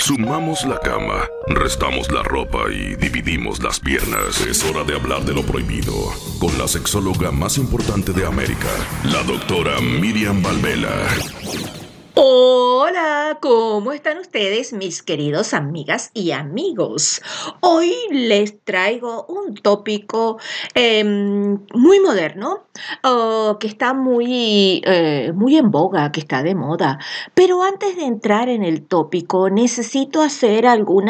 Sumamos la cama, restamos la ropa y dividimos las piernas. Es hora de hablar de lo prohibido con la sexóloga más importante de América, la doctora Miriam Valvela. Hola, ¿cómo están ustedes, mis queridos amigas y amigos? Hoy les traigo un tópico muy moderno, que está muy en boga, que está de moda. Pero antes de entrar en el tópico, necesito hacer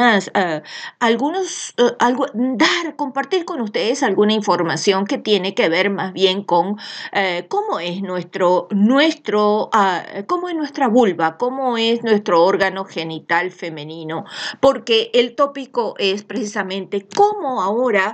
compartir con ustedes alguna información que tiene que ver más bien con cómo es cómo es nuestra vulva, cómo es nuestro órgano genital femenino, porque el tópico es precisamente cómo ahora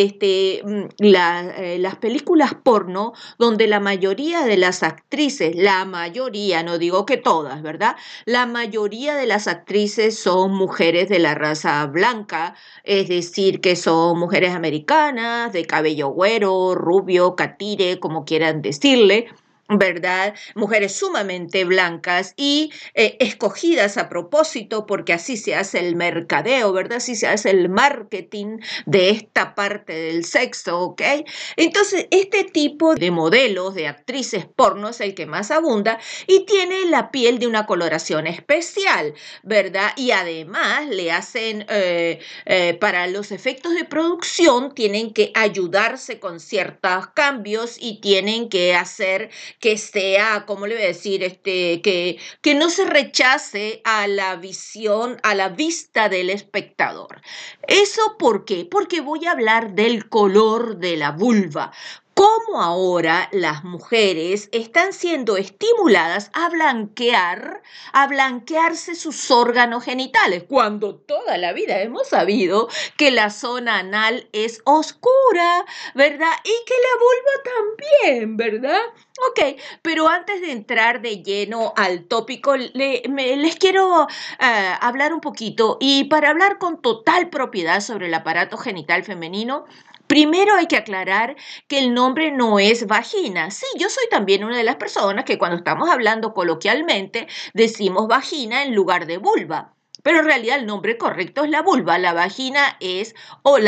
las películas porno, donde la mayoría de las actrices, la mayoría, no digo que todas, ¿verdad? La mayoría de las actrices son mujeres de la raza blanca, es decir, que son mujeres americanas, de cabello güero, rubio, catire, como quieran decirle, ¿verdad? Mujeres sumamente blancas y escogidas a propósito porque así se hace el mercadeo, ¿verdad? Así se hace el marketing de esta parte del sexo, ¿ok? Entonces, este tipo de modelos, de actrices porno es el que más abunda y tiene la piel de una coloración especial, ¿verdad? Y además le hacen, para los efectos de producción, tienen que ayudarse con ciertos cambios y tienen que hacer que sea, ¿cómo le voy a decir? Que no se rechace a la visión, a la vista del espectador. ¿Eso por qué? Porque voy a hablar del color de la vulva. Cómo ahora las mujeres están siendo estimuladas a blanquearse sus órganos genitales, cuando toda la vida hemos sabido que la zona anal es oscura, ¿verdad? Y que la vulva también, ¿verdad? Ok, pero antes de entrar de lleno al tópico, les quiero hablar un poquito, y para hablar con total propiedad sobre el aparato genital femenino, primero hay que aclarar que el nombre no es vagina. Sí, yo soy también una de las personas que cuando estamos hablando coloquialmente decimos vagina en lugar de vulva. Pero en realidad el nombre correcto es la vulva. La vagina es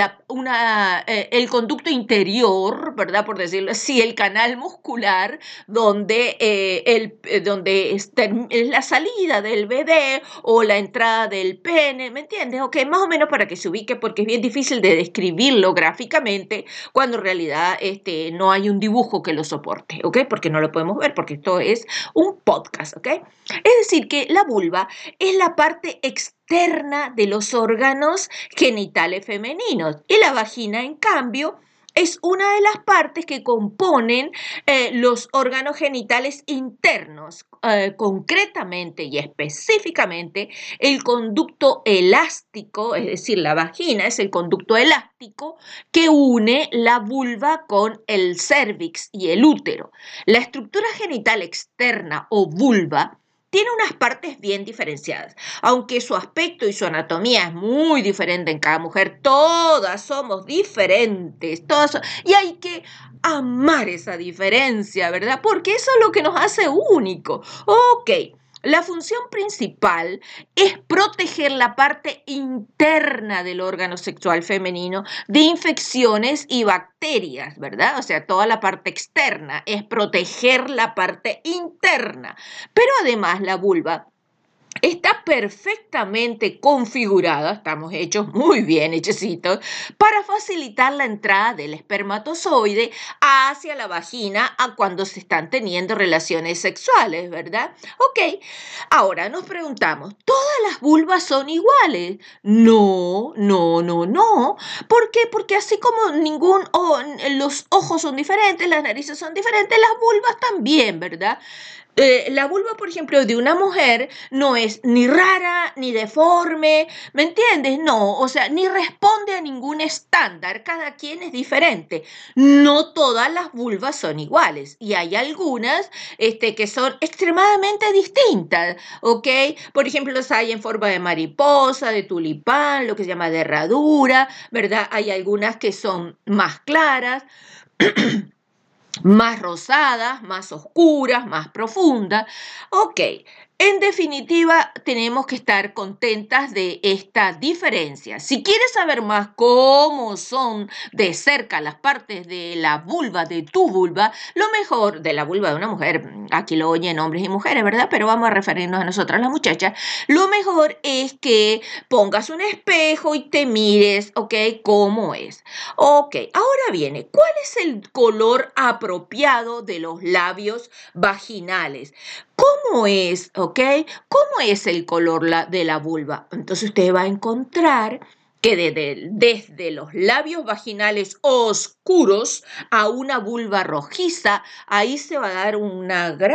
el conducto interior, ¿verdad? Por decirlo así, el canal muscular donde, es la salida del bebé o la entrada del pene, ¿me entiendes? Ok, más o menos para que se ubique, porque es bien difícil de describirlo gráficamente cuando en realidad no hay un dibujo que lo soporte, ¿ok? Porque no lo podemos ver, porque esto es un podcast, ¿ok? Es decir, que la vulva es la parte externa de los órganos genitales femeninos y la vagina, en cambio, es una de las partes que componen los órganos genitales internos, concretamente y específicamente el conducto elástico, es decir, la vagina es el conducto elástico que une la vulva con el cérvix y el útero. La estructura genital externa o vulva tiene unas partes bien diferenciadas, aunque su aspecto y su anatomía es muy diferente en cada mujer. Todas somos diferentes, y hay que amar esa diferencia, ¿verdad? Porque eso es lo que nos hace único. Ok. La función principal es proteger la parte interna del órgano sexual femenino de infecciones y bacterias, ¿verdad? O sea, toda la parte externa es proteger la parte interna. Pero además la vulva está perfectamente configurada, estamos hechos muy bien hechecitos, para facilitar la entrada del espermatozoide hacia la vagina a cuando se están teniendo relaciones sexuales, ¿verdad? Ok, ahora nos preguntamos, ¿todas las vulvas son iguales? No, no, no, no. ¿Por qué? Porque así como los ojos son diferentes, las narices son diferentes, las vulvas también, ¿verdad? La vulva, por ejemplo, de una mujer no es ni rara ni deforme, ¿me entiendes? No, o sea, ni responde a ningún estándar, cada quien es diferente. No todas las vulvas son iguales y hay algunas que son extremadamente distintas, ¿ok? Por ejemplo, los hay en forma de mariposa, de tulipán, lo que se llama de herradura, ¿verdad? Hay algunas que son más claras, más rosadas, más oscuras, más profundas. Ok, En definitiva, tenemos que estar contentas de esta diferencia. Si quieres saber más cómo son de cerca las partes de la vulva, de tu vulva, lo mejor de la vulva de una mujer, aquí lo oyen hombres y mujeres, ¿verdad? Pero vamos a referirnos a nosotras las muchachas, lo mejor es que pongas un espejo y te mires, ¿ok? ¿Cómo es? Ok, ahora viene, ¿cuál es el color apropiado de los labios vaginales? ¿Cómo es, ok? ¿Cómo es el color de la vulva? Entonces usted va a encontrar que desde los labios vaginales oscuros a una vulva rojiza, ahí se va a dar un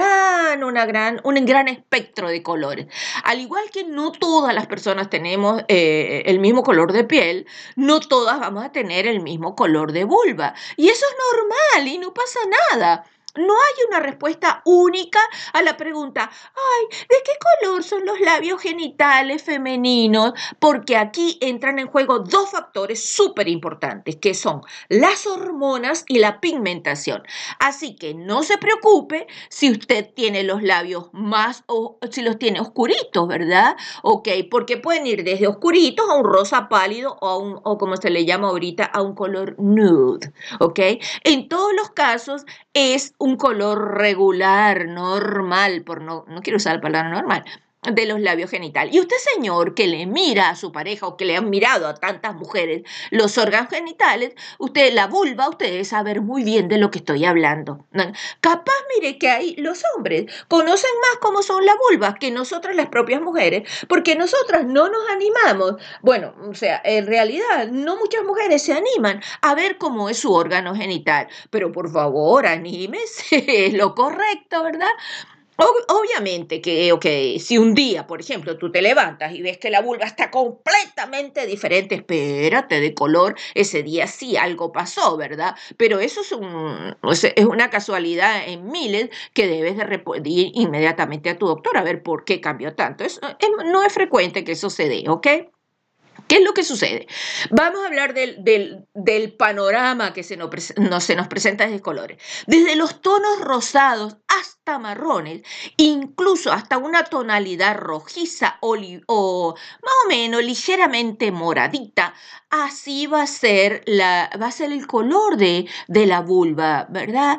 gran espectro de colores. Al igual que no todas las personas tenemos el mismo color de piel, no todas vamos a tener el mismo color de vulva. Y eso es normal y no pasa nada. No hay una respuesta única a la pregunta, ay, ¿de qué color son los labios genitales femeninos? Porque aquí entran en juego dos factores súper importantes, que son las hormonas y la pigmentación. Así que no se preocupe si usted tiene los labios más, o si los tiene oscuritos, ¿verdad? Ok, porque pueden ir desde oscuritos a un rosa pálido o como se le llama ahorita, a un color nude, ¿ok? En todos los casos, es un color regular, normal, no quiero usar la palabra normal, de los labios genitales. Y usted, señor, que le mira a su pareja o que le han mirado a tantas mujeres los órganos genitales, usted, la vulva, usted debe saber muy bien de lo que estoy hablando. Capaz, mire que ahí los hombres conocen más cómo son las vulvas que nosotras las propias mujeres, porque nosotras no nos animamos. Bueno, o sea, en realidad no muchas mujeres se animan a ver cómo es su órgano genital, pero por favor, anímese, es lo correcto, ¿verdad? Obviamente que, ok, si un día, por ejemplo, tú te levantas y ves que la vulva está completamente diferente, espérate de color, ese día sí algo pasó, ¿verdad? Pero eso es una casualidad en miles que debes de ir inmediatamente a tu doctor a ver por qué cambió tanto. No es frecuente que eso se dé, ¿ok? ¿Qué es lo que sucede? Vamos a hablar del panorama que se nos presenta desde colores. Desde los tonos rosados hasta marrones, incluso hasta una tonalidad rojiza o más o menos ligeramente moradita, así va a ser el color de la vulva, ¿verdad?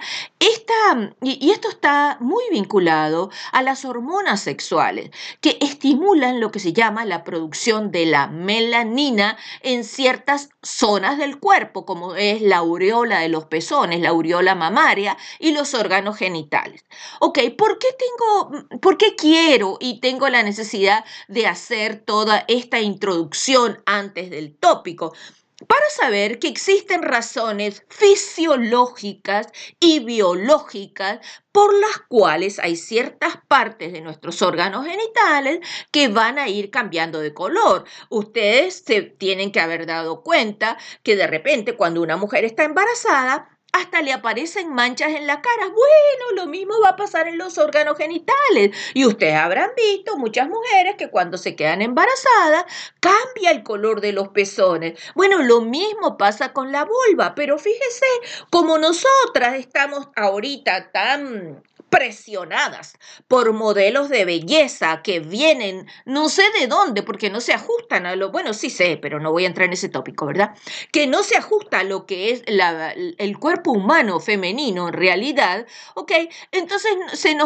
Y esto está muy vinculado a las hormonas sexuales que estimulan lo que se llama la producción de la melanina en ciertas zonas del cuerpo, como es la aureola de los pezones, la aureola mamaria y los órganos genitales. Ok, ¿por qué quiero y tengo la necesidad de hacer toda esta introducción antes del tópico? Para saber que existen razones fisiológicas y biológicas por las cuales hay ciertas partes de nuestros órganos genitales que van a ir cambiando de color. Ustedes se tienen que haber dado cuenta que de repente cuando una mujer está embarazada, hasta le aparecen manchas en la cara. Bueno, lo mismo va a pasar en los órganos genitales. Y ustedes habrán visto muchas mujeres que cuando se quedan embarazadas cambia el color de los pezones. Bueno, lo mismo pasa con la vulva, pero fíjese, como nosotras estamos ahorita tan presionadas por modelos de belleza que vienen no sé de dónde, porque no se ajustan a bueno, sí sé, pero no voy a entrar en ese tópico, ¿verdad? Que no se ajusta a lo que es el cuerpo humano femenino en realidad, ¿ok? Entonces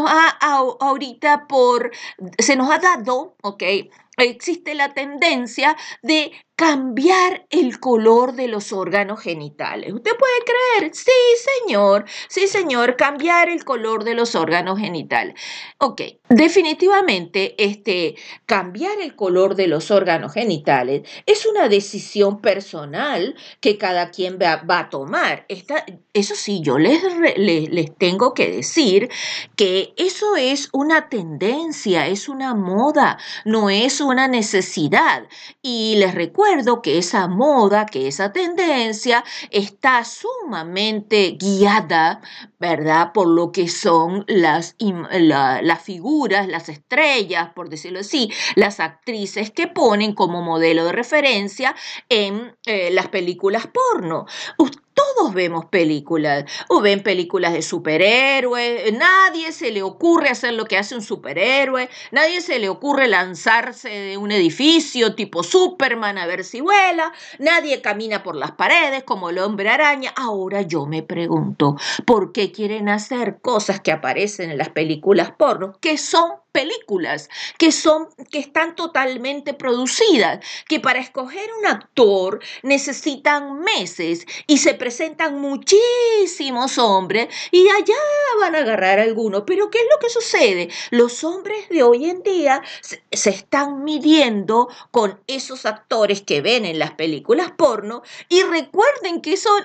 se nos ha dado, ¿ok? Existe la tendencia de cambiar el color de los órganos genitales. ¿Usted puede creer? Sí, señor, cambiar el color de los órganos genitales. Ok, definitivamente, cambiar el color de los órganos genitales es una decisión personal que cada quien va a tomar. Eso sí, yo les tengo que decir que eso es una tendencia, es una moda, no es una necesidad. Y les recuerdo que esa moda, que esa tendencia está sumamente guiada, ¿verdad? Por lo que son las figuras, las estrellas, por decirlo así, las actrices que ponen como modelo de referencia en las películas porno. Todo todos vemos películas, o ven películas de superhéroes, nadie se le ocurre hacer lo que hace un superhéroe, nadie se le ocurre lanzarse de un edificio tipo Superman a ver si vuela, nadie camina por las paredes como el hombre araña. Ahora yo me pregunto, ¿por qué quieren hacer cosas que aparecen en las películas porno, que son películas, que están totalmente producidas, que para escoger un actor necesitan meses y se presentan muchísimos hombres y allá van a agarrar alguno? Pero ¿qué es lo que sucede? Los hombres de hoy en día se están midiendo con esos actores que ven en las películas porno, y recuerden que eso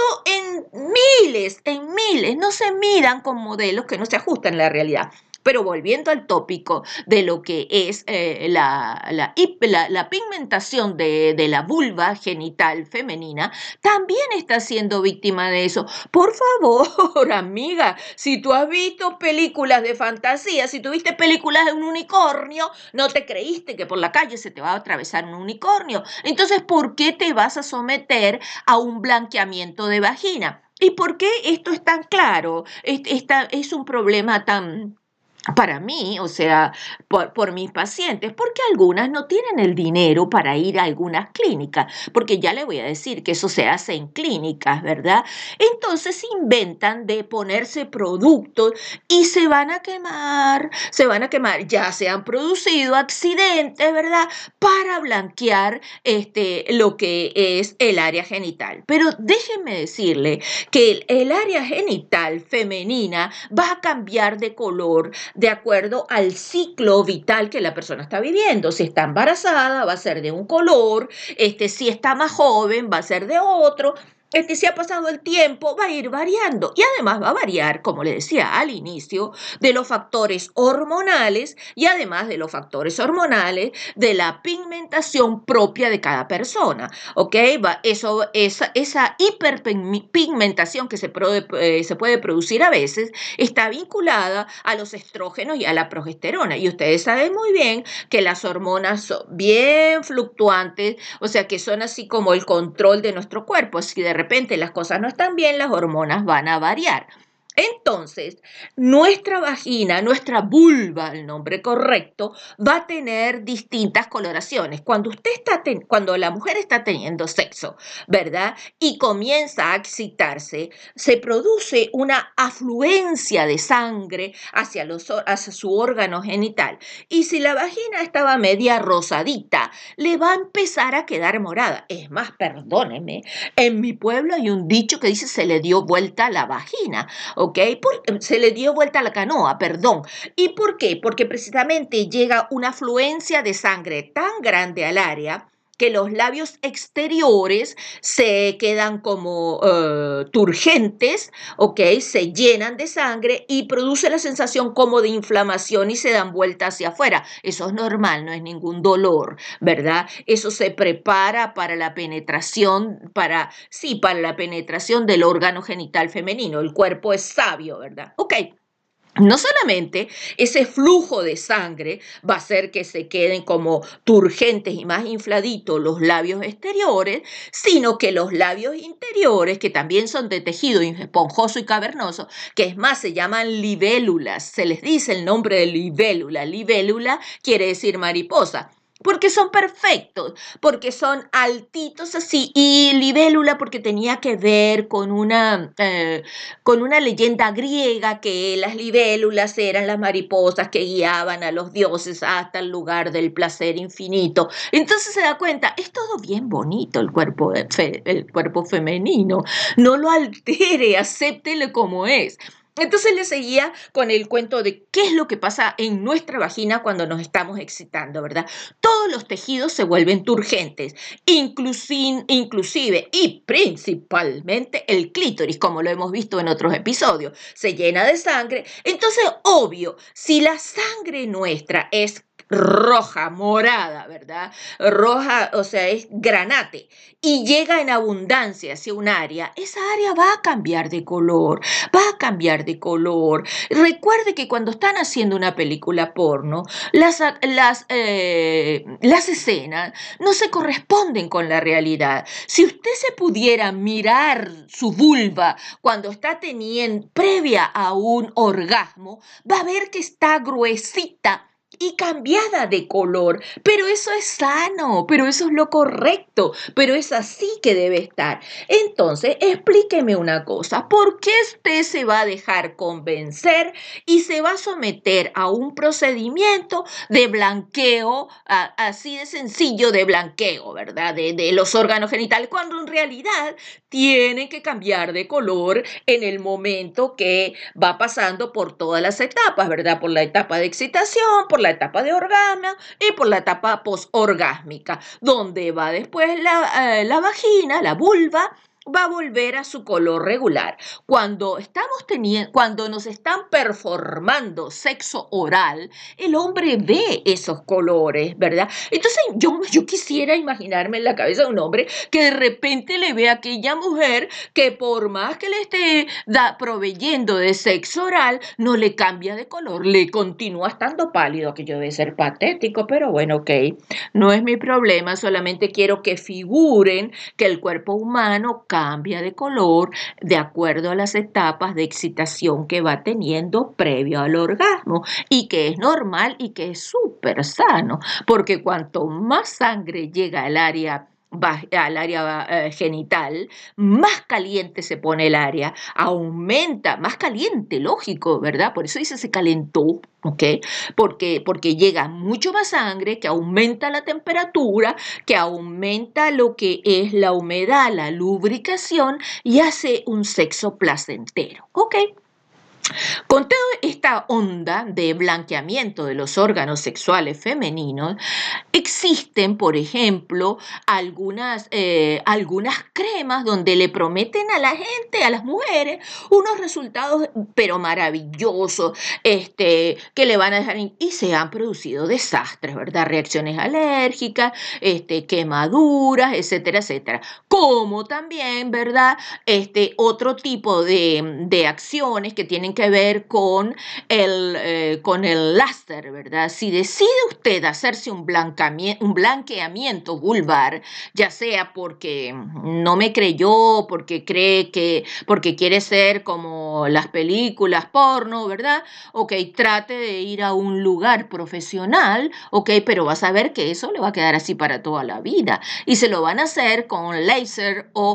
en miles, no se midan con modelos que no se ajustan a la realidad. Pero volviendo al tópico de lo que es la pigmentación de la vulva genital femenina, también está siendo víctima de eso. Por favor, amiga, si tú has visto películas de fantasía, si tú viste películas de un unicornio, no te creíste que por la calle se te va a atravesar un unicornio. Entonces, ¿por qué te vas a someter a un blanqueamiento de vagina? ¿Y por qué esto es tan claro? Es un problema tan... Para mí, o sea, por mis pacientes, porque algunas no tienen el dinero para ir a algunas clínicas, porque ya le voy a decir que eso se hace en clínicas, ¿verdad? Entonces inventan de ponerse productos y se van a quemar, ya se han producido accidentes, ¿verdad? Para blanquear lo que es el área genital. Pero déjenme decirle que el área genital femenina va a cambiar de color de acuerdo al ciclo vital que la persona está viviendo. Si está embarazada, va a ser de un color, si está más joven, va a ser de otro. Si ha pasado el tiempo, va a ir variando, y además va a variar, como le decía al inicio, de los factores hormonales, y además de los factores hormonales de la pigmentación propia de cada persona, ¿ok? Esa hiperpigmentación que se puede producir a veces está vinculada a los estrógenos y a la progesterona, y ustedes saben muy bien que las hormonas son bien fluctuantes, o sea que son así como el control de nuestro cuerpo. Si de repente las cosas no están bien, las hormonas van a variar. Entonces, nuestra vagina, nuestra vulva, el nombre correcto, va a tener distintas coloraciones. Cuando la mujer está teniendo sexo, ¿verdad? Y comienza a excitarse, se produce una afluencia de sangre hacia su órgano genital. Y si la vagina estaba media rosadita, le va a empezar a quedar morada. Es más, perdóneme, en mi pueblo hay un dicho que dice: se le dio vuelta la vagina. ¿Ok? Se le dio vuelta a la canoa, perdón. ¿Y por qué? Porque precisamente llega una afluencia de sangre tan grande al área que los labios exteriores se quedan como turgentes, ¿ok? Se llenan de sangre y produce la sensación como de inflamación y se dan vuelta hacia afuera. Eso es normal, no es ningún dolor, ¿verdad? Eso se prepara para la penetración, para la penetración del órgano genital femenino. El cuerpo es sabio, ¿verdad? Ok. No solamente ese flujo de sangre va a hacer que se queden como turgentes y más infladitos los labios exteriores, sino que los labios interiores, que también son de tejido esponjoso y cavernoso, que es más, se llaman libélulas, se les dice el nombre de libélula. Libélula quiere decir mariposa, porque son perfectos, porque son altitos así, y libélula porque tenía que ver con una leyenda griega, que las libélulas eran las mariposas que guiaban a los dioses hasta el lugar del placer infinito. Entonces se da cuenta, es todo bien bonito el cuerpo femenino, no lo altere, acéptelo como es. Entonces le seguía con el cuento de qué es lo que pasa en nuestra vagina cuando nos estamos excitando, ¿verdad? Todos los tejidos se vuelven turgentes, inclusive y principalmente el clítoris, como lo hemos visto en otros episodios, se llena de sangre. Entonces, obvio, si la sangre nuestra es roja, morada, ¿verdad? Roja, o sea, es granate, y llega en abundancia hacia un área, esa área va a cambiar de color, va a cambiar de color. Recuerde que cuando están haciendo una película porno, las escenas no se corresponden con la realidad. Si usted se pudiera mirar su vulva cuando está teniendo, previa a un orgasmo, va a ver que está gruesita y cambiada de color, pero eso es sano, pero eso es lo correcto, pero es así que debe estar. Entonces, explíqueme una cosa, ¿por qué usted se va a dejar convencer y se va a someter a un procedimiento de blanqueo, así de sencillo de blanqueo, ¿verdad? De los órganos genitales, cuando en realidad tienen que cambiar de color en el momento que va pasando por todas las etapas, ¿verdad? Por la etapa de excitación, por la etapa de orgasmo y por la etapa posorgásmica, donde va después la vagina, la vulva, va a volver a su color regular. Cuando nos están performando sexo oral, el hombre ve esos colores, ¿verdad? Entonces yo quisiera imaginarme en la cabeza de un hombre que de repente le ve a aquella mujer que por más que le esté proveyendo de sexo oral, no le cambia de color, le continúa estando pálido, que yo debe ser patético, pero bueno, ok, no es mi problema, solamente quiero que figuren que el cuerpo humano cambia de color de acuerdo a las etapas de excitación que va teniendo previo al orgasmo y que es normal y que es súper sano, porque cuanto más sangre llega al área genital, más caliente se pone el área, aumenta, más caliente, lógico, ¿verdad? Por eso dice se calentó, ¿ok? Porque llega mucho más sangre, que aumenta la temperatura, que aumenta lo que es la humedad, la lubricación y hace un sexo placentero, ¿ok? Con toda esta onda de blanqueamiento de los órganos sexuales femeninos, existen, por ejemplo, algunas cremas donde le prometen a la gente, a las mujeres, unos resultados, pero maravillosos, que le van a dejar, y se han producido desastres, ¿verdad? Reacciones alérgicas, quemaduras, etcétera, etcétera. Como también, ¿verdad? Otro tipo de acciones que tienen que ver con el láser, ¿verdad? Si decide usted hacerse un blanqueamiento vulvar, ya sea porque no me creyó, porque porque quiere ser como las películas porno, ¿verdad? Ok, trate de ir a un lugar profesional, ok, pero vas a ver que eso le va a quedar así para toda la vida. Y se lo van a hacer con láser o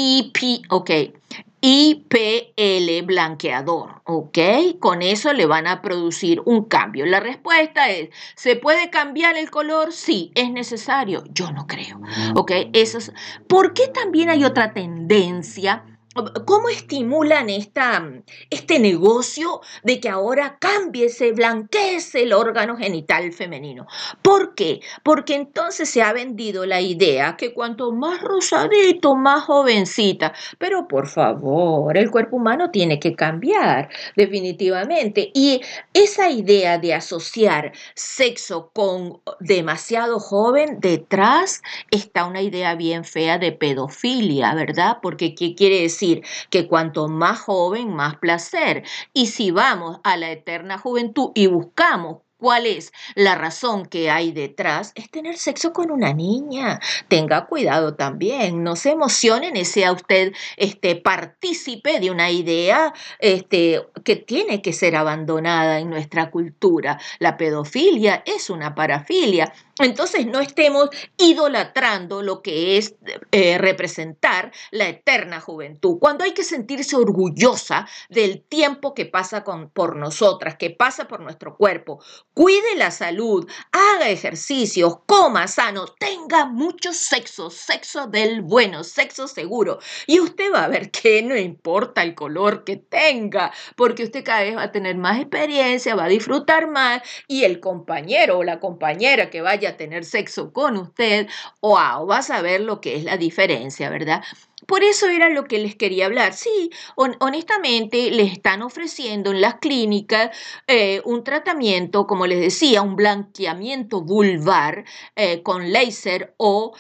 IPL blanqueador, ¿ok? Con eso le van a producir un cambio. La respuesta es, ¿se puede cambiar el color? Sí, ¿es necesario? Yo no creo, ¿ok? ¿Por qué también hay otra tendencia? ¿Cómo estimulan este negocio de que ahora blanqueese el órgano genital femenino? ¿Por qué? Porque entonces se ha vendido la idea que cuanto más rosadito, más jovencita. Pero por favor, el cuerpo humano tiene que cambiar definitivamente. Y esa idea de asociar sexo con demasiado joven, detrás está una idea bien fea de pedofilia, ¿verdad? Porque ¿qué quiere decir? Que cuanto más joven, más placer. Y si vamos a la eterna juventud y buscamos ¿cuál es la razón que hay detrás? Es tener sexo con una niña. Tenga cuidado también. No se emocionen y sea usted partícipe de una idea que tiene que ser abandonada en nuestra cultura. La pedofilia es una parafilia. Entonces no estemos idolatrando lo que es representar la eterna juventud. Cuando hay que sentirse orgullosa del tiempo que pasa por nosotras, que pasa por nuestro cuerpo. Cuide la salud, haga ejercicios, coma sano, tenga mucho sexo, sexo del bueno, sexo seguro. Y usted va a ver que no importa el color que tenga, porque usted cada vez va a tener más experiencia, va a disfrutar más y el compañero o la compañera que vaya vaya a tener sexo con usted, wow, vas a ver lo que es la diferencia, ¿verdad? Por eso era lo que les quería hablar. Sí, honestamente les están ofreciendo en las clínicas un tratamiento, como les decía, un blanqueamiento vulvar con láser o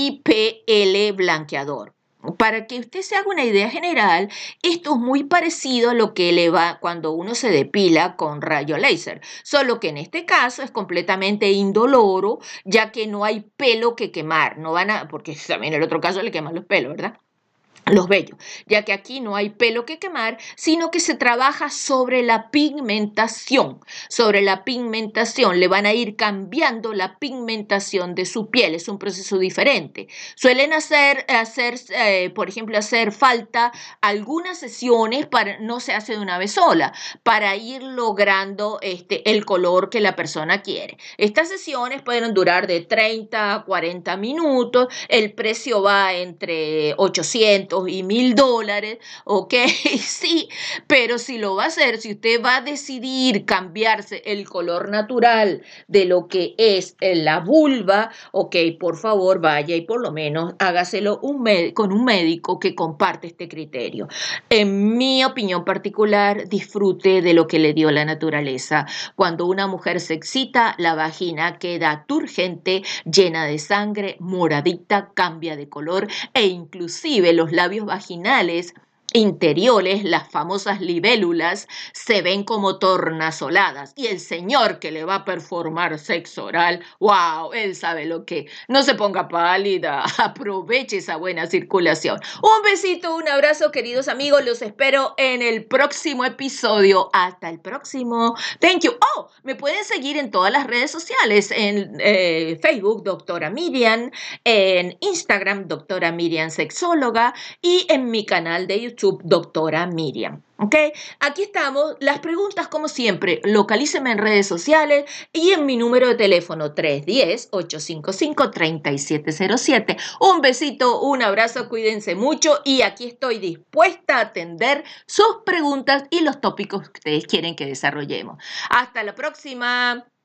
IPL blanqueador. Para que usted se haga una idea general, esto es muy parecido a lo que le va cuando uno se depila con rayo láser, solo que en este caso es completamente indoloro, ya que no hay pelo que quemar, no van a, porque también en el otro caso le queman los pelos, ¿verdad? Los vellos, ya que aquí no hay pelo que quemar, sino que se trabaja sobre la pigmentación. Sobre la pigmentación, le van a ir cambiando la pigmentación de su piel, es un proceso diferente. Suelen por ejemplo, hacer falta algunas sesiones, no se hace de una vez sola, para ir logrando el color que la persona quiere. Estas sesiones pueden durar de 30 a 40 minutos, el precio va entre 800 y $1,000, ok, sí, pero si lo va a hacer, si usted va a decidir cambiarse el color natural de lo que es la vulva, ok, por favor vaya y por lo menos hágaselo con un médico que comparte este criterio. En mi opinión particular, disfrute de lo que le dio la naturaleza. Cuando una mujer se excita, la vagina queda turgente, llena de sangre, moradita, cambia de color e inclusive los labios vaginales interiores, las famosas libélulas, se ven como tornasoladas. Y el señor que le va a performar sexo oral, wow, él sabe lo que. No se ponga pálida, aproveche esa buena circulación. Un besito, un abrazo, queridos amigos. Los espero en el próximo episodio. Hasta el próximo. Thank you. Oh, me pueden seguir en todas las redes sociales. En Facebook, doctora Miriam. En Instagram, doctora Miriam Sexóloga. Y en mi canal de YouTube, doctora Miriam. ¿Ok? Aquí estamos. Las preguntas, como siempre, localíceme en redes sociales y en mi número de teléfono 310-855-3707. Un besito, un abrazo, cuídense mucho y aquí estoy dispuesta a atender sus preguntas y los tópicos que ustedes quieren que desarrollemos. Hasta la próxima.